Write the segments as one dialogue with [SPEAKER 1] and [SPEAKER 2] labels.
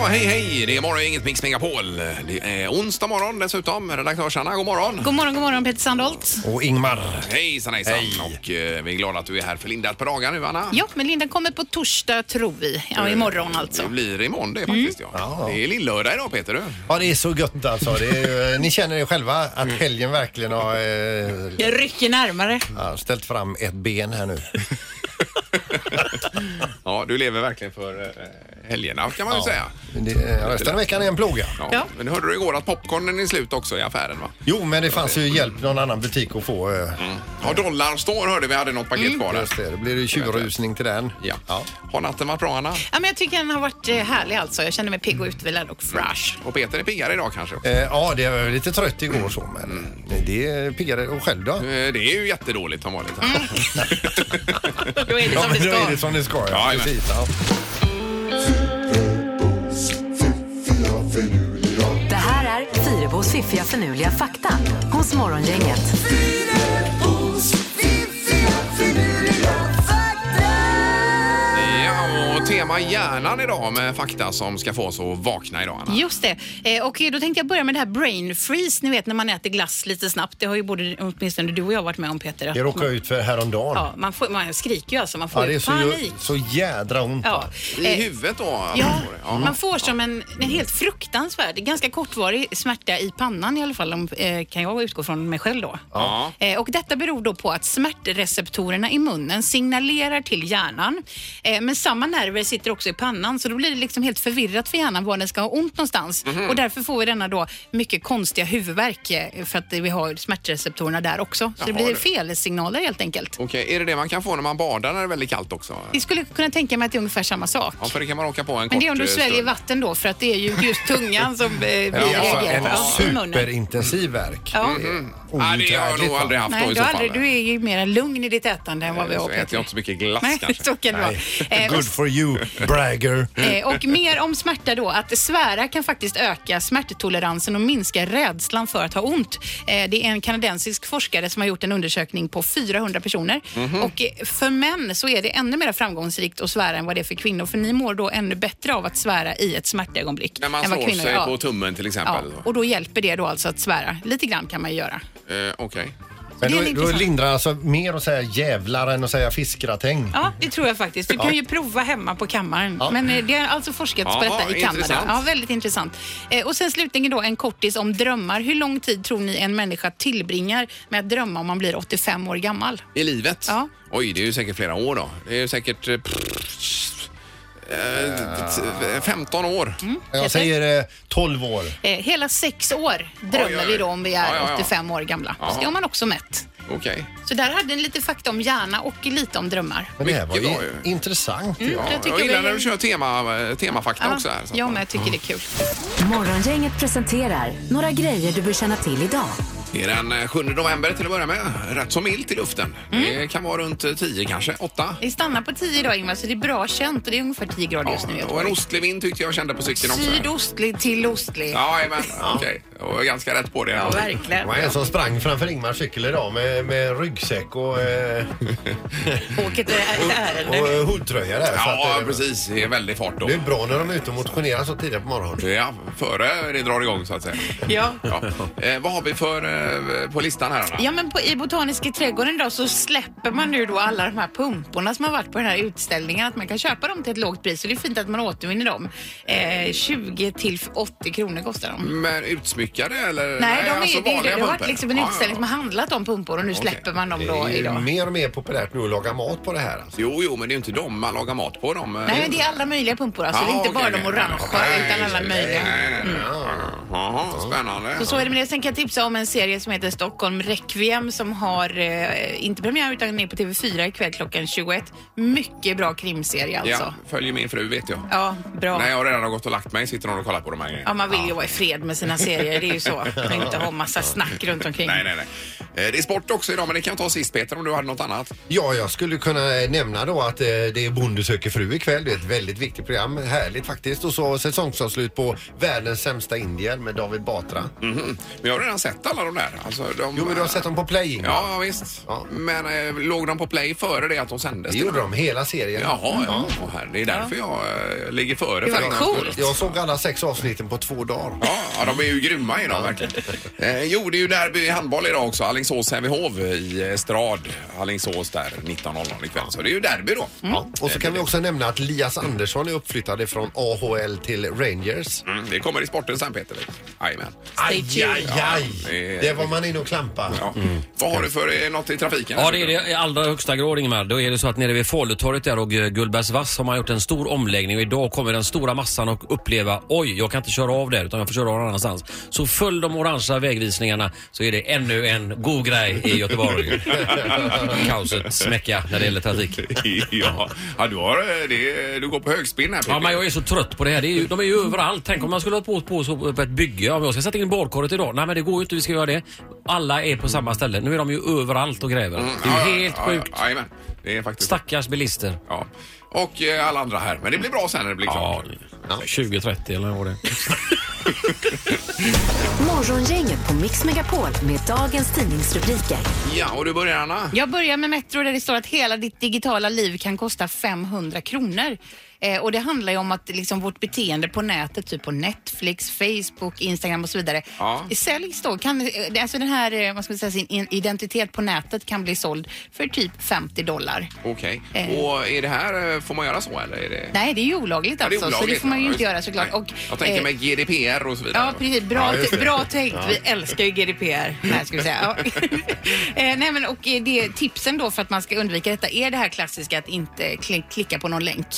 [SPEAKER 1] hej. Det är morgon, inget Mix Megapol. Det är onsdag morgon dessutom. Redaktörsarna, god morgon.
[SPEAKER 2] God morgon Peter Sandholt.
[SPEAKER 3] Och Ingmar.
[SPEAKER 1] Hejsan.
[SPEAKER 3] Hej.
[SPEAKER 1] Och vi är glada att du är här för Linda ett par dagar nu, Anna.
[SPEAKER 2] Ja, men Linda kommer på torsdag, tror vi. Ja, imorgon alltså.
[SPEAKER 1] Det blir imorgon det faktiskt,
[SPEAKER 3] Ja.
[SPEAKER 1] Det är lillördag idag, Peter, du.
[SPEAKER 3] Ja, det är så gött alltså. Det är, ni känner er själva att helgen verkligen har
[SPEAKER 2] Jag rycker närmare.
[SPEAKER 3] ställt fram ett ben här nu.
[SPEAKER 1] Ja, du lever verkligen för helgerna, kan man ju säga.
[SPEAKER 3] Resten av veckan är en plåga.
[SPEAKER 1] Ja. Men det hörde du igår att popcornen är slut också i affären, va?
[SPEAKER 3] Jo, men det fanns ju hjälp någon annan butik att få.
[SPEAKER 1] Ja, Dollarstore hörde vi hade något paket kvar där.
[SPEAKER 3] Just det blir ju tjurrusning till den.
[SPEAKER 1] Ja. Har natten varit bra, Anna?
[SPEAKER 2] Ja, men jag tycker den har varit härlig alltså. Jag känner mig pigg och utvilad och fresh.
[SPEAKER 1] Och Peter är piggare idag kanske?
[SPEAKER 3] Ja, det var lite trött igår så, men det är piggare. Och själv då?
[SPEAKER 1] Det är ju jättedåligt som vanligt.
[SPEAKER 2] Då är det som det
[SPEAKER 3] Då är
[SPEAKER 2] ska.
[SPEAKER 3] det som det ska.
[SPEAKER 1] Ja,
[SPEAKER 3] Precis, ja.
[SPEAKER 4] Det här är Fyrebos fiffiga förnuliga fakta hos Morgongänget.
[SPEAKER 1] Ja, och tema hjärnan idag med fakta som ska få oss att vakna idag, Anna.
[SPEAKER 2] Just det. Och då tänkte jag börja med det här brain freeze. Ni vet när man äter glass lite snabbt. Det har ju både åtminstone du och jag varit med om, Peter.
[SPEAKER 3] Jag råkade ut för häromdagen.
[SPEAKER 2] Ja, man skriker ju alltså. Man får
[SPEAKER 3] Ja, det är
[SPEAKER 2] panik.
[SPEAKER 3] så jädra ont.
[SPEAKER 2] Ja.
[SPEAKER 1] I huvudet då?
[SPEAKER 2] Ja, man får som en helt fruktansvärd, ganska kortvarig smärta i pannan i alla fall, kan jag utgå från mig själv då.
[SPEAKER 1] Ja.
[SPEAKER 2] Och detta beror då på att smärtreceptorerna i munnen signalerar till hjärnan. Men samma nerver sitter också i pannan, så då blir det liksom helt förvirrat för hjärnan var den ska ha ont någonstans. Och därför får vi denna då mycket konstiga huvudvärk för att vi har smärtreceptorerna där också. Så det blir felsignaler helt enkelt.
[SPEAKER 1] Okej, är det man kan få när man badar när det är väldigt kallt också?
[SPEAKER 2] Vi skulle kunna tänka mig att det är ungefär samma sak.
[SPEAKER 1] Ja, för det kan man åka på en
[SPEAKER 2] Men
[SPEAKER 1] kort
[SPEAKER 2] det är om du sväljer
[SPEAKER 1] stund.
[SPEAKER 2] vatten då, för att det är ju just tungan som vi
[SPEAKER 3] Alltså
[SPEAKER 2] reagerar på i
[SPEAKER 3] en
[SPEAKER 2] munnen.
[SPEAKER 3] superintensiv värk.
[SPEAKER 2] Ja.
[SPEAKER 1] Nej, det har jag nog aldrig haft då
[SPEAKER 2] Nej,
[SPEAKER 1] i
[SPEAKER 2] du,
[SPEAKER 1] så fall.
[SPEAKER 2] du är ju mer lugn i ditt ätande än vad vi har.
[SPEAKER 1] Så äter jag inte så mycket glass
[SPEAKER 2] Nej,
[SPEAKER 1] kanske.
[SPEAKER 2] så kan det vara.
[SPEAKER 3] Good for you, bragger.
[SPEAKER 2] Och mer om smärta då, att svära kan faktiskt öka smärttoleransen och minska rädslan för att ha ont. Det är en kanadensisk forskare som har gjort en undersökning på 400 personer. Och för män så är det ännu mer framgångsrikt att svära än vad det är för kvinnor, för ni mår då ännu bättre av att svära i ett smärtögonblick.
[SPEAKER 1] När man
[SPEAKER 2] än vad
[SPEAKER 1] slår
[SPEAKER 2] kvinnor
[SPEAKER 1] sig
[SPEAKER 2] gör.
[SPEAKER 1] på tummen till exempel.
[SPEAKER 2] Ja, och då hjälper det då alltså att svära. Lite grann kan man ju göra.
[SPEAKER 1] Okej.
[SPEAKER 3] Men
[SPEAKER 2] det är
[SPEAKER 3] då
[SPEAKER 2] intressant.
[SPEAKER 3] lindrar alltså mer att säga jävlar än att säga fiskgratäng.
[SPEAKER 2] Ja, det tror jag faktiskt. Du kan ju prova hemma på kammaren.
[SPEAKER 3] Ja.
[SPEAKER 2] Men det har alltså forskats på detta i Kanada.
[SPEAKER 1] Intressant.
[SPEAKER 2] Ja, väldigt intressant. Och sen slutligen då en kortis om drömmar. Hur lång tid tror ni en människa tillbringar med att drömma om man blir 85 år gammal?
[SPEAKER 1] I livet?
[SPEAKER 2] Ja.
[SPEAKER 1] Oj, det är ju säkert flera år då. Det är ju säkert 15 år.
[SPEAKER 3] Jag säger 12 år.
[SPEAKER 2] Hela 6 år drömmer
[SPEAKER 1] Oj.
[SPEAKER 2] vi då om vi är
[SPEAKER 1] Ja.
[SPEAKER 2] 85 år gamla.
[SPEAKER 1] Ja.
[SPEAKER 2] Så det har man också mätt.
[SPEAKER 1] Okej.
[SPEAKER 2] Så där hade ni lite fakta om hjärna och lite om drömmar.
[SPEAKER 3] Men det här var
[SPEAKER 1] Mycket
[SPEAKER 3] ju
[SPEAKER 1] bra ju.
[SPEAKER 3] intressant.
[SPEAKER 2] Mm.
[SPEAKER 3] Ja.
[SPEAKER 2] Jag tycker
[SPEAKER 1] Jag gillar
[SPEAKER 2] vi-
[SPEAKER 1] när du kör temafakta också här. Så att
[SPEAKER 2] Ja,
[SPEAKER 1] man-
[SPEAKER 2] men jag tycker det är kul.
[SPEAKER 4] Morgongänget presenterar några grejer du bör känna till idag.
[SPEAKER 1] Det är den 7 november till att börja med. Rätt så milt i luften. Det kan vara runt 10 kanske, 8.
[SPEAKER 2] Vi stannar på 10 idag, Ingmar, så det är bra känt och det är ungefär 10 grader just nu i
[SPEAKER 1] och en
[SPEAKER 2] Göteborg.
[SPEAKER 1] ostlig vind tyckte jag kände på cykeln också.
[SPEAKER 2] Sydostlig till ostlig.
[SPEAKER 1] Ja, men okej. Jag var ganska rätt på det.
[SPEAKER 2] Ja,
[SPEAKER 3] Det
[SPEAKER 2] verkligen.
[SPEAKER 3] var en som sprang framför Ingmars cykel idag med ryggsäck och
[SPEAKER 2] Åket ett ärende.
[SPEAKER 3] hoodtröja där. Så
[SPEAKER 1] Ja,
[SPEAKER 3] att,
[SPEAKER 1] precis. Det är väldigt fart då.
[SPEAKER 3] det är bra när de är ute och motionerar så tidigt på morgonen.
[SPEAKER 1] Ja, före det drar igång så att säga.
[SPEAKER 2] Ja.
[SPEAKER 1] Ja. Vad har vi för på listan här, Anna?
[SPEAKER 2] Ja, men i Botaniska trädgården idag så släpper man nu då alla de här pumporna som har varit på den här utställningen, att man kan köpa dem till ett lågt pris, och det är fint att man återvinner dem. 20 till 80 kronor kostar de.
[SPEAKER 1] Men utsmyckade eller?
[SPEAKER 2] Nej, de är,
[SPEAKER 1] alltså
[SPEAKER 2] det
[SPEAKER 1] vanliga
[SPEAKER 2] har varit
[SPEAKER 1] pumpor.
[SPEAKER 2] liksom en utställning som har handlat om pumpor och nu släpper man dem då
[SPEAKER 3] Det är ju
[SPEAKER 2] idag.
[SPEAKER 3] mer och mer populärt nu att laga mat på det här. Alltså.
[SPEAKER 1] Jo, men det är ju inte de man lagar mat på.
[SPEAKER 2] Nej, men det är alla möjliga pumpor alltså. Det är inte bara de orangea utan alla möjliga.
[SPEAKER 1] Jaha, spännande.
[SPEAKER 2] Så är det med det. Sen kan jag tipsa om en serie som heter Stockholm Requiem som har inte premiär utan är på TV4 ikväll klockan 21. Mycket bra krimserie alltså.
[SPEAKER 1] Ja, följer min fru vet jag.
[SPEAKER 2] Ja, bra.
[SPEAKER 1] När jag redan har gått och lagt mig sitter hon och kollar på de här grejerna.
[SPEAKER 2] Ja, man vill ju vara i fred med sina serier, det är ju så. Man vill inte ha massa snack runt omkring.
[SPEAKER 1] Nej. Det är sport också idag, men det kan jag ta sist Peter om du hade något annat.
[SPEAKER 3] Ja, jag skulle kunna nämna då att det är Bonde söker fru ikväll. Det är ett väldigt viktigt program. Härligt faktiskt. Och så säsongsavslut på Världens sämsta indier med David Batra.
[SPEAKER 1] Men jag har redan sett alla de där. Alltså,
[SPEAKER 3] Jo, men du har sett dem på Play.
[SPEAKER 1] Ja, visst.
[SPEAKER 3] Ja.
[SPEAKER 1] Men låg de på Play före det att de sändes?
[SPEAKER 3] Det gjorde de hela serien.
[SPEAKER 1] Jaha, ja. Här. Det är därför jag ligger före.
[SPEAKER 2] Det var
[SPEAKER 1] för en gångs
[SPEAKER 2] coolt.
[SPEAKER 1] skull.
[SPEAKER 3] Jag såg alla 6 avsnitten på 2 dagar.
[SPEAKER 1] Ja, de är ju grymma idag verkligen. Jo, det är ju derby i handboll idag också. Alingsås-Sävehof i Estrad. Alingsås där 19.00 ikväll. Så det är ju derby då.
[SPEAKER 3] Ja. Och så kan vi också nämna att Lias Andersson är uppflyttad från AHL till Rangers.
[SPEAKER 1] Det kommer i sporten sen Peter. Jajamän.
[SPEAKER 3] Aj.
[SPEAKER 1] det-
[SPEAKER 3] Det var man inne och klampa.
[SPEAKER 1] Ja. Vad har du för något i trafiken?
[SPEAKER 5] Ja, det är det i allra högsta grad, Ingemar. Då är det så att nere vid Falutorget där och Gullbergsvass har man gjort en stor omläggning och idag kommer den stora massan att uppleva oj, jag kan inte köra av där utan jag får köra av någon annanstans. Så följ de orangea vägvisningarna så är det ännu en god grej i Göteborg. Kaoset smäcka när det gäller trafik.
[SPEAKER 1] Ja, du går på högspinn här Peter.
[SPEAKER 5] Ja, men jag är så trött på det här. De är ju överallt. Tänk om man skulle ha på ett bygge. Ja, jag ska sätta in badkaret idag. Nej, men det går ju inte. Vi ska göra det. Alla är på samma ställe. Nu är de ju överallt och gräver. Det är ju helt sjukt.
[SPEAKER 1] Jajamän. Det är faktiskt...
[SPEAKER 5] Stackars bilister.
[SPEAKER 1] Ja. Och alla andra här. Men det blir bra sen när det blir klart.
[SPEAKER 5] Ja, 2030 eller vad det är.
[SPEAKER 4] Morgongänget på Mix Megapol med dagens tidningsrubriker.
[SPEAKER 1] Ja, och du börjar Anna?
[SPEAKER 2] Jag börjar med Metro där det står att hela ditt digitala liv kan kosta 500 kronor. Och det handlar ju om att liksom vårt beteende på nätet, typ på Netflix, Facebook, Instagram och så vidare.
[SPEAKER 1] Ja.
[SPEAKER 2] Säljs då, alltså den här, vad ska man säga, sin identitet på nätet kan bli såld för typ $50.
[SPEAKER 1] Okej. Och är det här, får man göra så eller? Är det...
[SPEAKER 2] Nej, det är ju olagligt
[SPEAKER 1] Ja, det är
[SPEAKER 2] alltså, så det får man ju inte göra såklart. Och,
[SPEAKER 1] jag tänker med GDPR och så vidare.
[SPEAKER 2] Ja, precis. Bra tänkt. Vi älskar ju GDPR. Nej, ska vi säga. Ja. Nej, men och det tipsen då för att man ska undvika detta är det här klassiska att inte klicka på någon länk.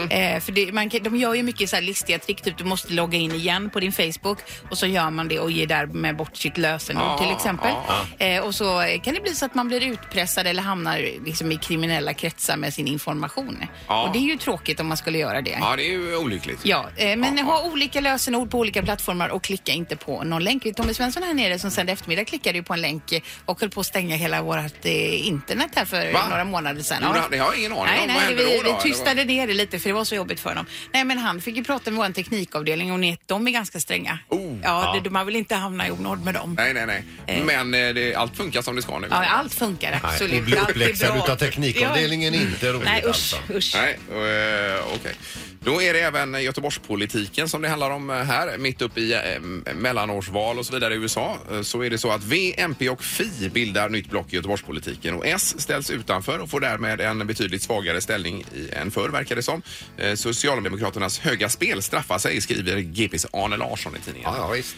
[SPEAKER 2] För de gör ju mycket så här listiga trick, typ du måste logga in igen på din Facebook och så gör man det och ger där med bort sitt lösenord till exempel. Och så kan det bli så att man blir utpressad eller hamnar liksom i kriminella kretsar med sin information. Och det är ju tråkigt om man skulle göra det.
[SPEAKER 1] Ja, det är ju olyckligt.
[SPEAKER 2] Ja, men ha olika lösenord på olika plattformar och klicka inte på någon länk. Tommy Svensson här nere som sände eftermiddag klickade ju på en länk och höll på att stänga hela vårt internet här för några månader sedan.
[SPEAKER 1] Det har jag ingen aning om.
[SPEAKER 2] Nej, vi tystade ner det lite för det var så jobbigt för honom. Nej, men han fick ju prata med vår teknikavdelning och de är ganska stränga. Man vill inte hamna i onåd med dem.
[SPEAKER 1] Nej. Men allt funkar som det ska nu.
[SPEAKER 2] Ja, allt funkar absolut.
[SPEAKER 3] Ni blir uppläxade utav teknikavdelningen, inte roligt.
[SPEAKER 2] Nej,
[SPEAKER 3] alltså.
[SPEAKER 2] usch.
[SPEAKER 1] Nej, okej. Då är det även Göteborgspolitiken som det handlar om här. Mitt upp i mellanårsval och så vidare i USA så är det så att V, MP och Fi bildar nytt block i Göteborgspolitiken och S ställs utanför och får därmed en betydligt svagare ställning än förr verkar det som. Socialdemokraternas höga spel straffar sig, skriver GPs Arne Larsson i tidningen.
[SPEAKER 3] Ja, visst.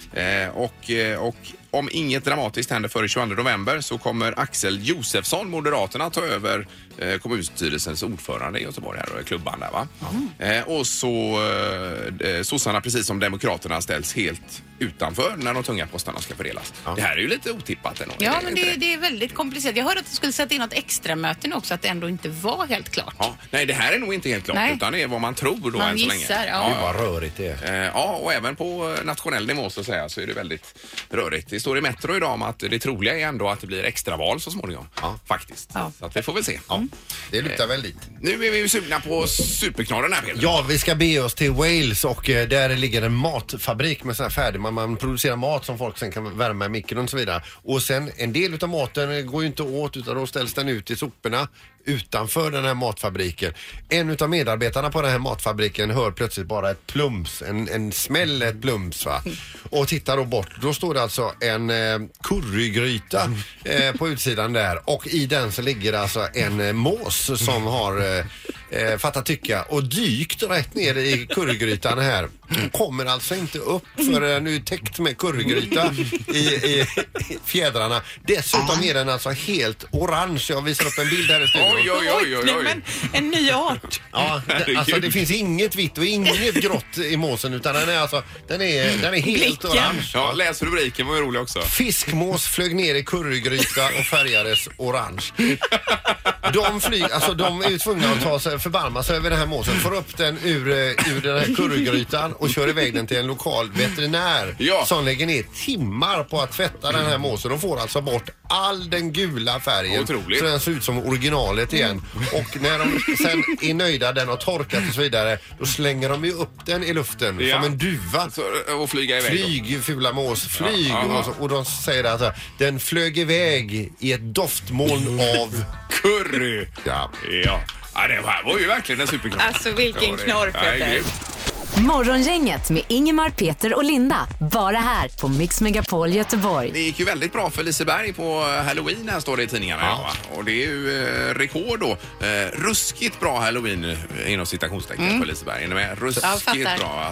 [SPEAKER 1] Och om inget dramatiskt händer före 22 november så kommer Axel Josefsson, Moderaterna, ta över kommunstyrelsens ordförande i Göteborg här och klubban där va. Och så sossarna precis som demokraterna ställs helt utanför när de tunga posterna ska fördelas. Det här är ju lite otippat ändå.
[SPEAKER 2] Ja, men det är väldigt komplicerat. Jag hörde att du skulle sätta in något extra möten också, att det ändå inte var helt klart.
[SPEAKER 1] Ja, nej, det här är nog inte helt klart utan det är vad man tror då
[SPEAKER 2] man
[SPEAKER 1] än så
[SPEAKER 2] gissar,
[SPEAKER 1] länge.
[SPEAKER 2] ja.
[SPEAKER 3] Det var rörigt det.
[SPEAKER 1] Ja, och även på nationell nivå så är det väldigt rörigt. Det står i Metro idag om att det troliga är ändå att det blir extraval så småningom. Faktiskt.
[SPEAKER 2] Ja.
[SPEAKER 1] Så att vi får väl se.
[SPEAKER 3] Det luktar väl dit.
[SPEAKER 1] Nu är vi ju sugna på superknorren här, Peter.
[SPEAKER 3] Ja, vi ska be oss till Wales och där ligger en matfabrik med sån här färdig. Man producerar mat som folk sen kan värma i mikron och så vidare. Och sen en del utav maten går ju inte åt utan då ställs den ut i soporna utanför den här matfabriken. En utav medarbetarna på den här matfabriken hör plötsligt bara ett plums, en smäll, ett plums va. Och tittar då bort. Då står det alltså en currygryta på utsidan där och i den så ligger det alltså en mås som har fattat tycka och dykt rätt ner i currygrytan här. Kommer alltså inte upp för nu täckt med currygryta i fjädrarna. Dessutom är den alltså helt orange. Jag visar upp en bild här i studion.
[SPEAKER 1] Oj.
[SPEAKER 2] Men en ny art.
[SPEAKER 3] Ja, alltså det finns inget vitt och inget grått i måsen utan den är helt
[SPEAKER 2] Blicken.
[SPEAKER 3] orange.
[SPEAKER 1] Ja, läs rubriken var ju rolig också.
[SPEAKER 3] Fiskmås flög ner i currygryta och färgades orange. de är ju tvungna att ta sig, förbarma sig över den här måsen, får upp den ur den här currygrytan och kör iväg den till en lokal veterinär som lägger ner timmar på att tvätta den här måsen. De får alltså bort all den gula färgen.
[SPEAKER 1] Otroligt.
[SPEAKER 3] Så den ser ut som originalet igen. Och när de sen är nöjda, den har torkat och så vidare, då slänger de ju upp den i luften som en duva.
[SPEAKER 1] Och flyga iväg.
[SPEAKER 3] Flyg, fula mås, flyg. Och de säger att den flög iväg i ett doftmoln av
[SPEAKER 1] curry.
[SPEAKER 3] Ja,
[SPEAKER 1] det här var ju verkligen en superknorr.
[SPEAKER 2] Alltså vilken knorr, Peter.
[SPEAKER 4] Morgongänget med Ingemar, Peter och Linda. Bara här på Mix Megapol Göteborg.
[SPEAKER 1] Det gick ju väldigt bra för Liseberg på Halloween, här står det i tidningarna. Ja. Och det är ju rekord då. Ruskigt bra Halloween inom citationstecken på Liseberg. Är ni med? Ruskigt bra.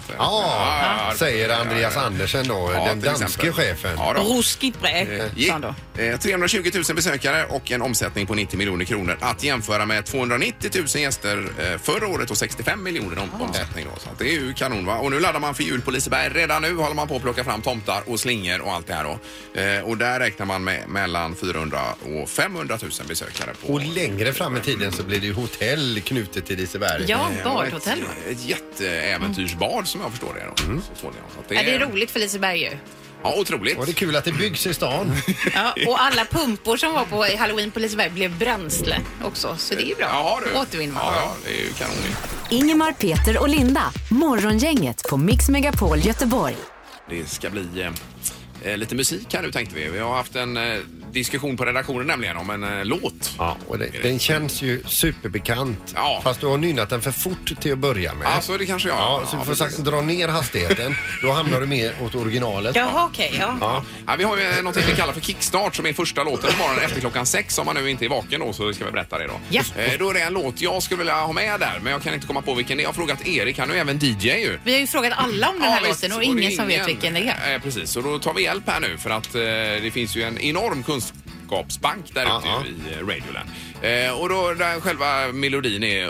[SPEAKER 3] Säger Andreas Andersen då, den danske chefen.
[SPEAKER 2] Ruskigt bra.
[SPEAKER 1] 320 000 besökare och en omsättning på 90 miljoner kronor. Att jämföra med 290 000 gäster förra året och 65 miljoner omsättning då. Så det är ju kanon, va? Och nu laddar man för jul på Liseberg. Redan nu håller man på att plocka fram tomtar och slingor och allt det här då. Och där räknar man med mellan 400 och 500 000 besökare. Och
[SPEAKER 3] längre fram i tiden så blir det ju hotell knutet till Liseberg.
[SPEAKER 2] Ja, badhotell.
[SPEAKER 1] Ett jätteäventyrsbad som jag förstår det då. Så
[SPEAKER 2] det är roligt för Liseberg ju.
[SPEAKER 1] Ja, otroligt.
[SPEAKER 3] Och det är kul att det byggs i stan.
[SPEAKER 2] Ja, och alla pumpor som var på Halloween på Liseberg blev bränsle också. Så det är ju bra.
[SPEAKER 1] Ja,
[SPEAKER 2] återvinna.
[SPEAKER 1] Ja, det är ju kanon.
[SPEAKER 4] Ingemar, Peter och Linda. Morgongänget på Mix Megapol Göteborg.
[SPEAKER 1] Det ska bli lite musik här nu, tänkte vi. Vi har haft en diskussion på redaktionen nämligen om en låt.
[SPEAKER 3] Ja, och den känns ju superbekant.
[SPEAKER 1] Ja.
[SPEAKER 3] Fast du har nynnat den för fort till att börja med.
[SPEAKER 1] Ja, så det kanske jag.
[SPEAKER 3] Ja, så du får dra ner hastigheten. Då hamnar du mer åt originalet.
[SPEAKER 2] Jaha, okej.
[SPEAKER 1] Ja, vi har ju något vi kallar för Kickstart som är första låten imorgon efter klockan 6. Om man nu inte är vaken då, så ska vi berätta det då.
[SPEAKER 2] Ja.
[SPEAKER 1] Då är det en låt jag skulle vilja ha med där, men jag kan inte komma på vilken det är. Jag har frågat Erik, han är ju även DJ ju.
[SPEAKER 2] Vi har ju frågat alla om den här låten och ingen som vet vilken det är.
[SPEAKER 1] Precis, så då tar vi hjälp här nu för att det finns ju en enorm kunskapsbank där ute i Radioland. Och då där själva melodin är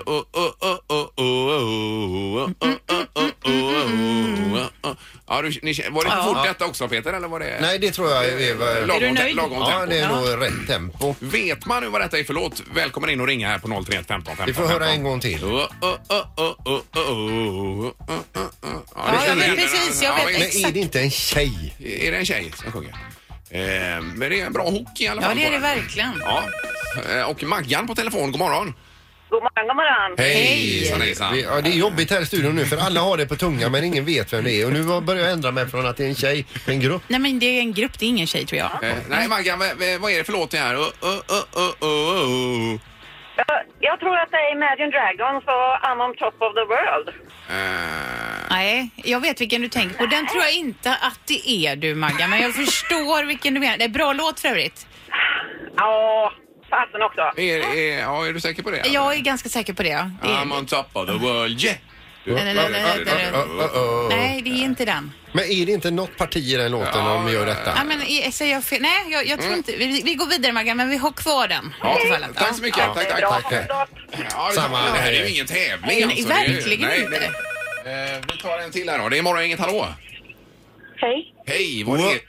[SPEAKER 1] var det för fort detta också, Peter, eller var det?
[SPEAKER 3] Nej, det tror jag är
[SPEAKER 1] lagom tempo.
[SPEAKER 3] Ja, det är nog rätt tempo.
[SPEAKER 1] Vet man nu vad detta är för låt? Välkommen in och ringa här på 031 15 15.
[SPEAKER 3] Vi får höra en gång till.
[SPEAKER 2] Precis, jag vet exakt.
[SPEAKER 3] Men är det inte en tjej?
[SPEAKER 1] Är det en tjej som sjunger? Men det är en bra hook i alla fall.
[SPEAKER 2] Ja, det är det verkligen.
[SPEAKER 1] Ja. Och Maggan på telefon, god morgon.
[SPEAKER 6] God morgon.
[SPEAKER 1] Hej.
[SPEAKER 3] Ja, det är jobbigt här i studion nu för alla har det på tunga men ingen vet vem det är. Och nu börjar jag ändra mig från att det är en tjej till en grupp.
[SPEAKER 2] Nej, men det är en grupp, det är ingen tjej tror jag.
[SPEAKER 1] Nej, Maggan, vad är det för låt det här?
[SPEAKER 6] Jag tror att det är Imagine Dragons och I'm on top of the world.
[SPEAKER 2] Nej, jag vet vilken du tänker på. Den tror jag inte att det är du, Maggan. Men jag förstår vilken du menar. Det är bra låt för övrigt.
[SPEAKER 6] Ja, fasen också.
[SPEAKER 1] Är du säker på det?
[SPEAKER 2] Jag är ganska säker på det, ja.
[SPEAKER 1] I'm on top of the world, yeah!
[SPEAKER 2] Nej, det är inte den.
[SPEAKER 3] Men är det inte något parti i den låten om de gör detta?
[SPEAKER 2] Ja, men säger jag fel? Nej, jag tror inte. Vi går vidare, Maggan, men vi har kvar den.
[SPEAKER 1] Tack så mycket. Tack.
[SPEAKER 3] Samma.
[SPEAKER 1] Det här är ju ingen tävling.
[SPEAKER 2] Nej, verkligen inte.
[SPEAKER 1] Vi tar en till här då. Det är morgon, inget hallå. Hej, vad är det?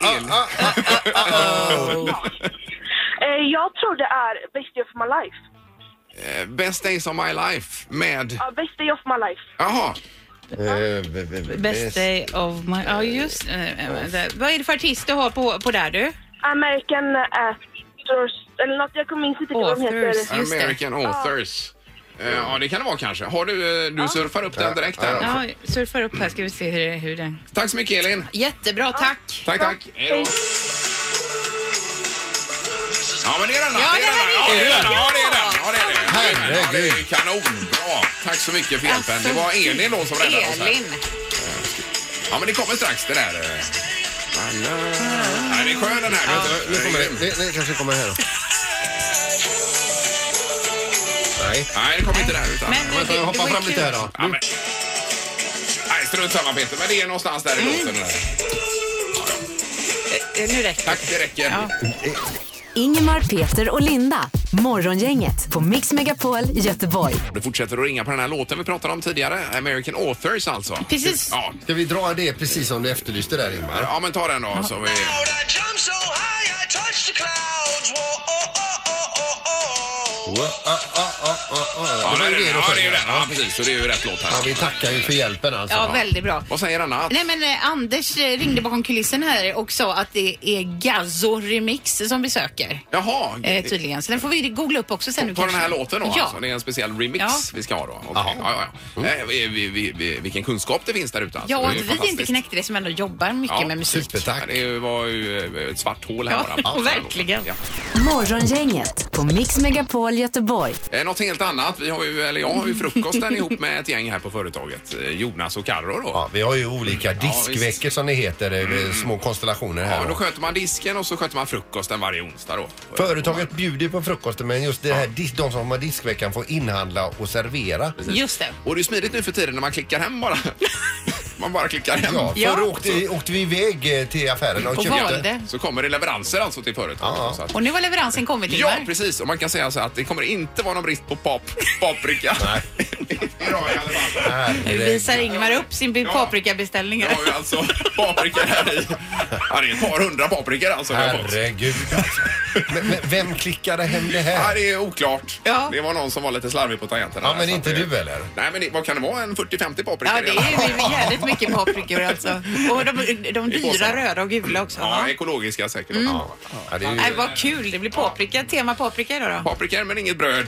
[SPEAKER 6] Jag tror det är Best Day of My Life.
[SPEAKER 1] Best Days of My Life med...
[SPEAKER 6] Ja, Best Day of My Life.
[SPEAKER 1] Jaha.
[SPEAKER 2] Best Day of My... Ja, just vad är det för artist du har på där, du?
[SPEAKER 6] American Actors... Eller något, jag kommer inte ihåg vad de heter.
[SPEAKER 1] American Authors. Ja, det kan det vara kanske. Har du surfar upp den direkt här?
[SPEAKER 2] Ja, surfar upp här ska vi se hur den...
[SPEAKER 1] Tack så mycket, Elin.
[SPEAKER 2] Jättebra, tack.
[SPEAKER 1] Tack. Hej då. Ja, men det är den.
[SPEAKER 2] Ja, det är den.
[SPEAKER 1] Det är kanonbra. Tack så mycket för hjälpen. Det var Elin då som räddade oss här. Ja, men det kommer strax det där. Nej, det är skön den här.
[SPEAKER 3] Nu kommer det kanske kommer här då.
[SPEAKER 1] Nej, det kommer inte där utan.
[SPEAKER 3] Men jag hoppar fram lite här då.
[SPEAKER 1] Ja, men... Nej, strunt samma Peter. Men det är någonstans där i låten.
[SPEAKER 2] Nu räcker det.
[SPEAKER 1] Tack, det räcker.
[SPEAKER 2] Ja.
[SPEAKER 4] Ingemar, Peter och Linda. Morgongänget på Mix Megapol Göteborg.
[SPEAKER 1] Du fortsätter att ringa på den här låten vi pratade om tidigare. American Authors alltså.
[SPEAKER 2] Precis.
[SPEAKER 1] Ja.
[SPEAKER 3] Ska vi dra det precis som du efterlyste där, Ingmar?
[SPEAKER 1] Ja, men ta den då. Så vi... det är ju den. Ja, precis. Så det är ju rätt låt här.
[SPEAKER 3] Ja, vi tackar ju för hjälpen alltså.
[SPEAKER 2] Ja, väldigt bra.
[SPEAKER 1] Vad säger Anna?
[SPEAKER 2] Nej, men Anders ringde bakom kulissen här och sa att det är Gazzo Remix som vi söker.
[SPEAKER 1] Jaha.
[SPEAKER 2] Tydligen. Så den får vi googla upp också sen.
[SPEAKER 1] På den här låten då?
[SPEAKER 2] Ja.
[SPEAKER 1] Alltså. Det är en speciell remix vi ska ha då? Okay. Vilken kunskap det finns där ute. Alltså.
[SPEAKER 2] Ja, och
[SPEAKER 1] det
[SPEAKER 2] att vi inte knäckte det som ändå jobbar mycket med musik.
[SPEAKER 3] Supertack.
[SPEAKER 1] Det var ju ett svart hål här bara.
[SPEAKER 2] Ja, verkligen.
[SPEAKER 1] Ja.
[SPEAKER 4] Morgongänget på Mix Megapol Göteborg.
[SPEAKER 1] Något helt annat. Jag har ju frukosten ihop med ett gäng här på företaget. Jonas och Karro då.
[SPEAKER 3] Ja, vi har ju olika diskveckor som det heter, små konstellationer här.
[SPEAKER 1] Ja, då
[SPEAKER 3] då.
[SPEAKER 1] sköter man disken och så sköter man frukosten varje onsdag då.
[SPEAKER 3] Företaget bjuder på frukosten, men just det här, de som har diskveckan får inhandla och servera.
[SPEAKER 2] Just det.
[SPEAKER 1] Och det är smidigt nu för tiden när man klickar hem bara. Man bara klickar hem.
[SPEAKER 3] Ja, förr åkte vi iväg till affären och köpte.
[SPEAKER 2] valde.
[SPEAKER 1] Så kommer det leveranser alltså till företaget.
[SPEAKER 3] Ja.
[SPEAKER 1] Så att,
[SPEAKER 2] Och nu har leveransen kommit in.
[SPEAKER 1] ja, precis. Och man kan säga så att det kommer inte vara någon brist på paprika.
[SPEAKER 3] Nej.
[SPEAKER 1] Idag i alla fall.
[SPEAKER 2] Nu visar Ingmar upp sin paprikabeställning.
[SPEAKER 1] Jag har ju alltså paprika här i. Ja, det är ett par hundra paprikor alltså.
[SPEAKER 3] Herregud. Men vem klickade hem det här?
[SPEAKER 1] Ja, det är oklart.
[SPEAKER 2] Ja.
[SPEAKER 1] Det var någon som var lite slarvig på tangenterna.
[SPEAKER 3] Ja, men
[SPEAKER 1] där,
[SPEAKER 3] inte
[SPEAKER 1] så att
[SPEAKER 3] du eller?
[SPEAKER 1] Nej, men vad kan det vara? En 40-50 paprikor?
[SPEAKER 2] Ja, det är ju jävligt mycket paprikor alltså. Och de dyra röda och gula också.
[SPEAKER 1] Ja, ekologiska säkert. Ja.
[SPEAKER 3] Ja, det är ju...
[SPEAKER 2] Nej, vad kul. Det blir paprika. Tema paprika idag då.
[SPEAKER 1] Paprikor men inget bröd.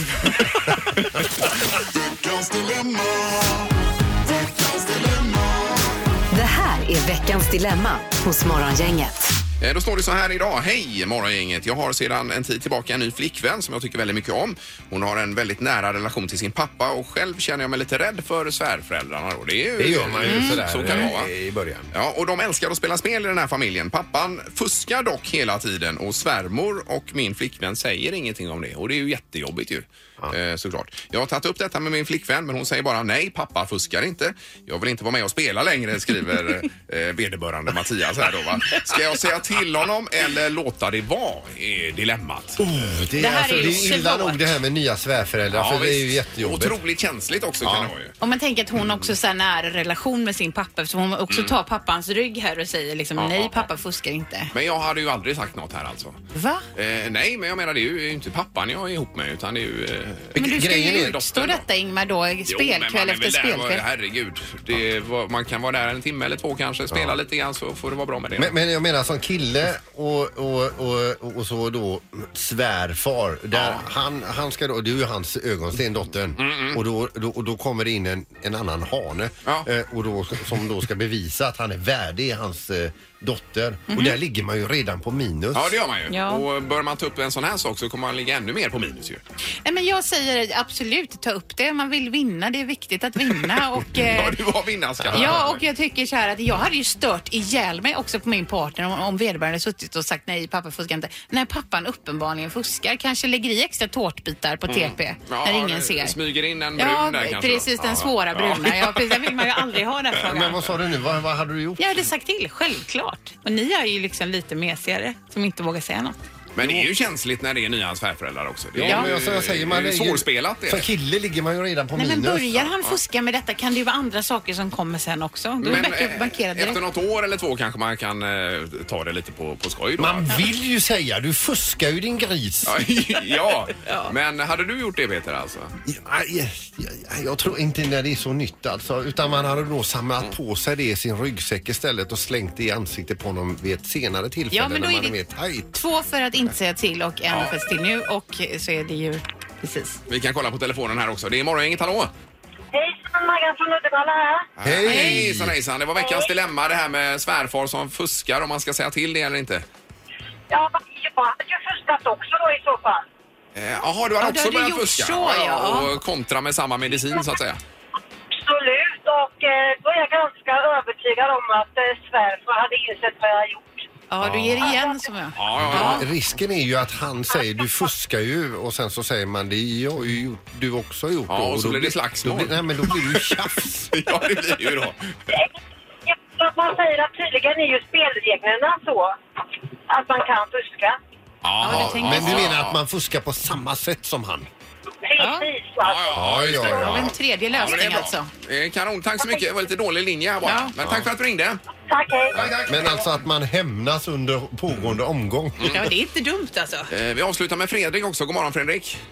[SPEAKER 4] Det här är veckans dilemma hos Morgongänget.
[SPEAKER 1] Då står det så här idag. Hej morgongänget. Jag har sedan en tid tillbaka en ny flickvän som jag tycker väldigt mycket om. Hon har en väldigt nära relation till sin pappa och själv känner jag mig lite rädd för svärföräldrarna. Då. Det
[SPEAKER 3] gör man ju sådär
[SPEAKER 1] så kan det vara.
[SPEAKER 3] I början.
[SPEAKER 1] Ja, och de älskar att spela spel i den här familjen. Pappan fuskar dock hela tiden och svärmor och min flickvän säger ingenting om det. Och det är ju jättejobbigt ju. Såklart. Jag har tagit upp detta med min flickvän men hon säger bara nej, pappa fuskar inte. Jag vill inte vara med och spela längre, skriver vederbörande Mattias här då, va? Ska jag säga till honom eller låta det vara? Är dilemmat.
[SPEAKER 3] Det är illa nog det här med nya svärföräldrar, för det är ju jättejobbigt.
[SPEAKER 1] Otroligt känsligt också kan det vara ju.
[SPEAKER 2] Om man tänker att hon också så här nära relation med sin pappa, så hon också tar pappans rygg här och säger liksom nej, pappa fuskar inte.
[SPEAKER 1] Men jag hade ju aldrig sagt något här alltså.
[SPEAKER 2] Va?
[SPEAKER 1] Nej, men jag menar det är ju inte pappan jag är ihop med utan det är ju...
[SPEAKER 2] Men du ska ju utstå
[SPEAKER 1] dottern
[SPEAKER 2] detta Ingmar då, spelkväll efter spelkväll.
[SPEAKER 1] Herregud, man kan vara där en timme eller två kanske, spela lite grann så får det vara bra med det.
[SPEAKER 3] Men jag menar som kille och så då svärfar, där han ska då, det är ju hans ögonsten, dottern, och då kommer det in en annan hane och då, som då ska bevisa att han är värdig hans dotter. Och där ligger man ju redan på minus.
[SPEAKER 1] Ja, det gör man ju.
[SPEAKER 2] Ja.
[SPEAKER 1] Och bör man ta upp en sån här sak så kommer man ligga ännu mer på minus ju.
[SPEAKER 2] Nej, men jag säger absolut, ta upp det. Man vill vinna, det är viktigt att vinna. Och,
[SPEAKER 1] ja, du var vinnarskalle.
[SPEAKER 2] Ja, och jag tycker så här att jag hade ju stört ihjäl mig också på min partner om vederbörande suttit och sagt nej, pappa fuskar inte. När pappan uppenbarligen fuskar, kanske lägger i extra tårtbitar på TP när ingen ser.
[SPEAKER 1] Smyger in en brun där kanske.
[SPEAKER 2] Precis, den svåra bruna. Ja, precis, den vill man ju aldrig ha den frågan.
[SPEAKER 3] Men vad sa du nu? Vad hade du gjort?
[SPEAKER 2] Jag hade sagt till, självklart. Och ni är ju liksom lite mesigare som inte vågar säga något.
[SPEAKER 1] Men det är ju känsligt när det är nya svärföräldrar också. Det är
[SPEAKER 3] Ja, men jag säger man
[SPEAKER 1] är svårspelat det.
[SPEAKER 3] För kille ligger man ju redan på minus.
[SPEAKER 2] Men börjar han fuska med detta kan det ju vara andra saker som kommer sen också. Då är det bättre att markera direkt.
[SPEAKER 1] Efter något år eller två kanske man kan ta det lite på skoj då.
[SPEAKER 3] Man vill ju säga, du fuskar ju din gris.
[SPEAKER 1] Ja, men hade du gjort det, Peter, alltså?
[SPEAKER 3] Jag tror inte när det är så nytt alltså, utan man hade då samlat på sig det i sin ryggsäck istället och slängt det i ansiktet på honom vid ett senare tillfälle.
[SPEAKER 2] Ja, men då
[SPEAKER 3] när
[SPEAKER 2] är
[SPEAKER 3] man
[SPEAKER 2] det
[SPEAKER 3] mer tajt.
[SPEAKER 2] 2 för att inte säga till och 1 för att till nu, och så är det ju precis.
[SPEAKER 1] Vi kan kolla på telefonen här också. Det är morgongänget, hallå?
[SPEAKER 6] Hejsan, Maggan från Uddevalla här.
[SPEAKER 1] Hejsan, hejsan. Det var veckans dilemma det här med svärfar som fuskar, om man ska säga till det eller inte.
[SPEAKER 6] Ja, jag hade ju fuskat också då i så fall.
[SPEAKER 1] Jaha, du har också
[SPEAKER 2] hade
[SPEAKER 1] börjat
[SPEAKER 2] gjort
[SPEAKER 1] fuska?
[SPEAKER 2] så, ja.
[SPEAKER 1] Och kontra med samma medicin så att säga.
[SPEAKER 6] Absolut, och då är jag ganska övertygad om att svärfar hade insett vad jag har gjort.
[SPEAKER 2] Ja, du ger igen som jag.
[SPEAKER 1] Ja.
[SPEAKER 3] Risken är ju att han säger du fuskar ju och sen så säger man det har ju gjort, du också har gjort.
[SPEAKER 1] Ja, och så blir det slagsmål.
[SPEAKER 3] Nej, men då blir det ju tjafs.
[SPEAKER 1] Ja, det blir ju då.
[SPEAKER 6] Man säger att tydligen är ju spelreglerna så att man kan fuska.
[SPEAKER 1] Ja,
[SPEAKER 3] men du menar att man fuskar på samma sätt som han?
[SPEAKER 6] Precis.
[SPEAKER 2] Av en tredje lösning alltså.
[SPEAKER 1] Kanon, tack så mycket. Det var lite dålig linje här bara.
[SPEAKER 2] Ja.
[SPEAKER 1] Men tack för att du ringde.
[SPEAKER 6] Tack, hej.
[SPEAKER 3] Men alltså att man hämnas under pågående omgång.
[SPEAKER 2] Ja, det är inte dumt alltså.
[SPEAKER 1] Vi avslutar med Fredrik också. God morgon, Fredrik.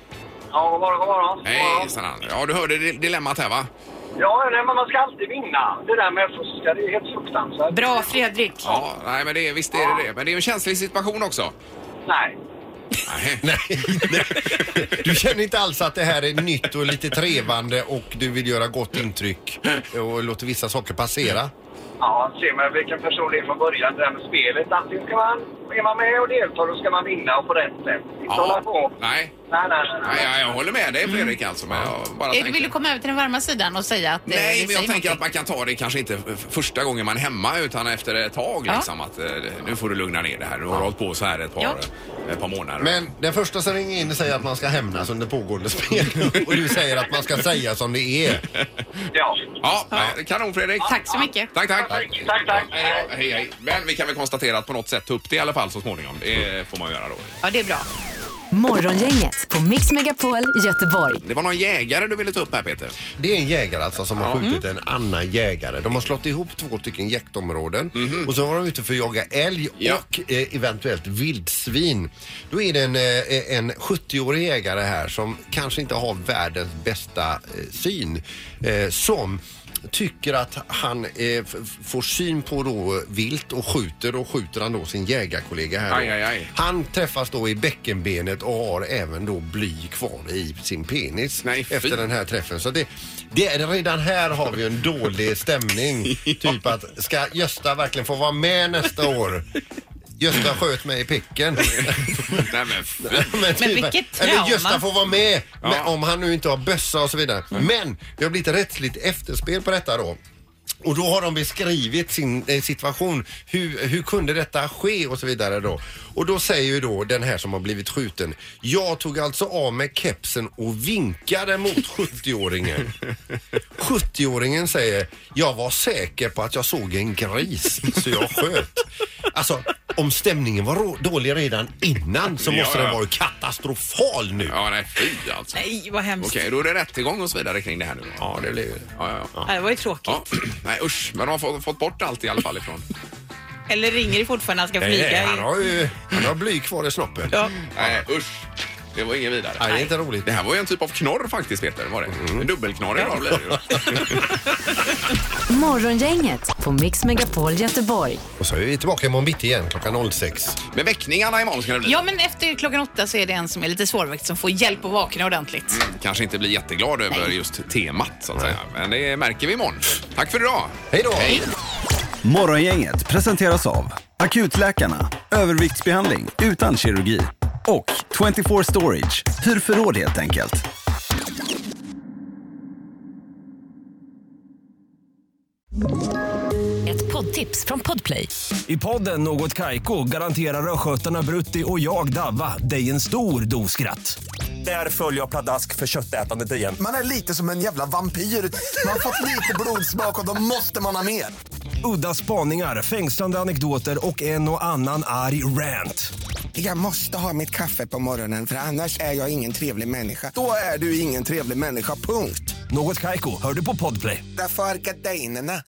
[SPEAKER 7] Ja, god morgon.
[SPEAKER 1] Hej, Sanan. Ja, du hörde dilemmat här, va?
[SPEAKER 7] Ja, nej, men man ska alltid vinna. Det där med att fuska, det är helt fruktansvärt.
[SPEAKER 2] Bra, Fredrik.
[SPEAKER 1] Ja, nej, men visst är det det. Men det är ju en känslig situation också.
[SPEAKER 7] Nej.
[SPEAKER 1] Nej.
[SPEAKER 3] Nej. Du känner inte alls att det här är nytt och lite trevande och du vill göra gott intryck och låter vissa saker passera?
[SPEAKER 7] Ja, ser man vilken person det är från början, det här med spelet. Antingen ska är man med och deltar, då ska man vinna och på rätt sätt. Inte hålla på.
[SPEAKER 1] Nej.
[SPEAKER 7] Nej.
[SPEAKER 1] Jag håller med dig, Fredrik, alltså. Men jag bara
[SPEAKER 2] Vill du komma över till den varma sidan och säga att...
[SPEAKER 1] Nej, men jag tänker
[SPEAKER 2] någonting?
[SPEAKER 1] att man kan ta det kanske inte första gången man är hemma utan efter ett tag liksom att nu får du lugna ner det här. Du har hållit på så här ett par månader.
[SPEAKER 3] Men den första som ringer in säger att man ska hämnas under pågående spel och du säger att man ska säga som det är.
[SPEAKER 7] Ja.
[SPEAKER 1] Ja, kanon, Fredrik.
[SPEAKER 2] Tack så mycket.
[SPEAKER 1] Tack.
[SPEAKER 7] Tack.
[SPEAKER 1] Hej. Men vi kan väl konstatera att på något sätt ta upp det i alla fall så småningom. Det får man göra då.
[SPEAKER 2] Ja, det är bra.
[SPEAKER 4] Morgongänget på Mix Megapol Göteborg.
[SPEAKER 1] Det var någon jägare du ville ta upp här, Peter.
[SPEAKER 3] Det är en jägare alltså som har skjutit en annan jägare. De har slått ihop 2 stycken jaktområden och så var de ute för att jaga älg och eventuellt vildsvin. Då är det en 70-årig jägare här som kanske inte har världens bästa syn som tycker att han får syn på då vilt och skjuter han då sin jägarkollega här då.
[SPEAKER 1] Aj.
[SPEAKER 3] Han träffas då i bäckenbenet och har även då bly kvar i sin penis efter den här träffen. Så det är redan här har vi en dålig stämning. Typ att ska Gösta verkligen få vara med nästa år? Gösta sköt mig i picken.
[SPEAKER 2] Men vilket trauma.
[SPEAKER 3] Eller Gösta får vara med om han nu inte har bössa och så vidare. Men det har blivit rättsligt efterspel på detta då. Och då har de beskrivit sin situation. Hur kunde detta ske och så vidare då. Och då säger ju då den här som har blivit skjuten: jag tog alltså av mig kepsen och vinkade mot 70-åringen. 70-åringen säger: jag var säker på att jag såg en gris så jag sköt. Alltså, om stämningen var dålig redan innan så måste den vara katastrofal nu.
[SPEAKER 1] Ja, nej, fy alltså.
[SPEAKER 2] Nej, vad hemskt.
[SPEAKER 1] Okej, då är det rättegång och så vidare kring det här nu.
[SPEAKER 3] Ja, det blir det.
[SPEAKER 1] Ja.
[SPEAKER 2] Det var ju tråkigt.
[SPEAKER 1] Ja. Nej, usch. Men de har fått bort allt i alla fall ifrån.
[SPEAKER 2] Eller ringer det fortfarande han ska flyga?
[SPEAKER 3] Han har bly kvar i snoppen.
[SPEAKER 2] Ja.
[SPEAKER 1] Nej, usch. Det var ingen vidare.
[SPEAKER 3] Nej, det är inte roligt.
[SPEAKER 1] Det här var ju en typ av knorr faktiskt, Peter, var det? En dubbelknorr idag blir det.
[SPEAKER 4] Morgongänget på Mix Megapol Göteborg.
[SPEAKER 3] Och så är vi tillbaka imorgon bitti igen klockan 06.
[SPEAKER 1] Med väckningarna imorgon ska det bli.
[SPEAKER 2] Ja, men efter klockan 8 så är det en som är lite svårväckt som får hjälp att vakna ordentligt.
[SPEAKER 1] Kanske inte blir jätteglad över just temat så att säga. Men det märker vi imorgon. Tack för idag.
[SPEAKER 3] Hej då!
[SPEAKER 1] Hej.
[SPEAKER 8] Morgongänget presenteras av Akutläkarna, överviktsbehandling utan kirurgi och 24 Storage, hur förråd helt enkelt.
[SPEAKER 4] Ett poddtips från Podplay.
[SPEAKER 9] I podden Något Kaiko garanterar röskötarna Brutti och jag Davva dig en stor doskratt. Där följer jag pladask för köttätandet igen.
[SPEAKER 10] Man är lite som en jävla vampyr. Man har fått lite blodsmak och då måste man ha mer.
[SPEAKER 9] Udda spaningar, fängslande anekdoter och en och annan arg rant.
[SPEAKER 10] Jag måste ha mitt kaffe på morgonen för annars är jag ingen trevlig människa. Då är du ingen trevlig människa, punkt.
[SPEAKER 9] Något Kaiko, hör du på Podplay.
[SPEAKER 10] Därför är gardinerna.